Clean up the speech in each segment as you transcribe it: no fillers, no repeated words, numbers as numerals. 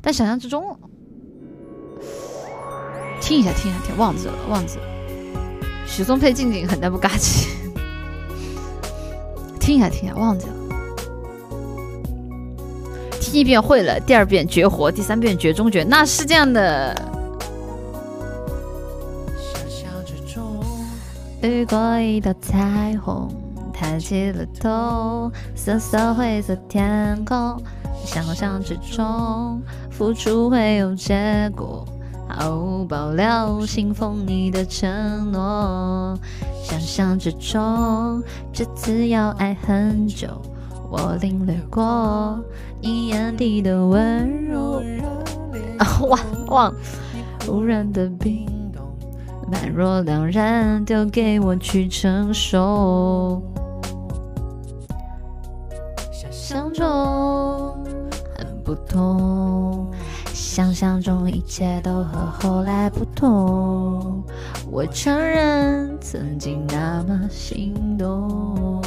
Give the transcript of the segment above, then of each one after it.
但想象之中，听一下，忘记了。许嵩配静静很但不尬气，听一下，忘记了。听一遍会了，第二遍绝活，第三遍绝中绝，那是这样的。遇过一道彩虹，抬起了头，瑟瑟灰色天空，想象之中，付出会有结果，毫无保留信奉你的承诺。想象之中，这次要爱很久，我领略过你眼底的温柔。忘无人的冰冻，判若两人，丢给我去承受。想象中很不同，想象中一切都和后来不同。我承认曾经那么心动，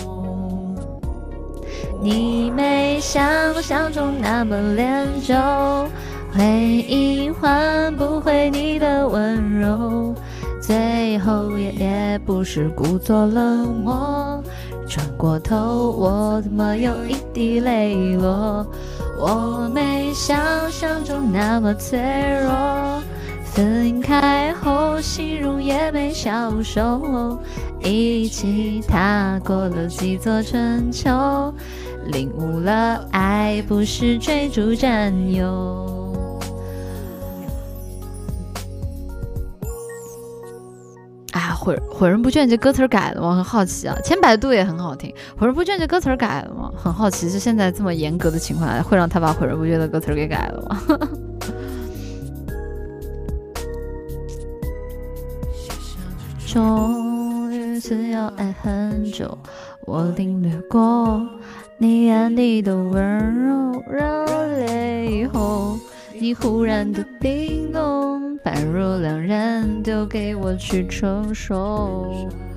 你没想象中那么恋旧，回忆换不回你的温柔，最后也不是故作冷漠，转过头我怎么有一滴泪落。我没想象中那么脆弱，分开后心容也没消瘦，一起踏过了几座春秋，领悟了爱不是追逐占有。啊，毁人不倦这歌词改了吗？很好奇啊。千百度也很好听，毁人不倦这歌词改了吗？很好奇，是现在这么严格的情况下，会让他把毁人不倦的歌词给改了吗？终于是要爱很久，我领略过你眼底的温柔，热泪后，你忽然的冰冻，判若两人，丢给我去承受。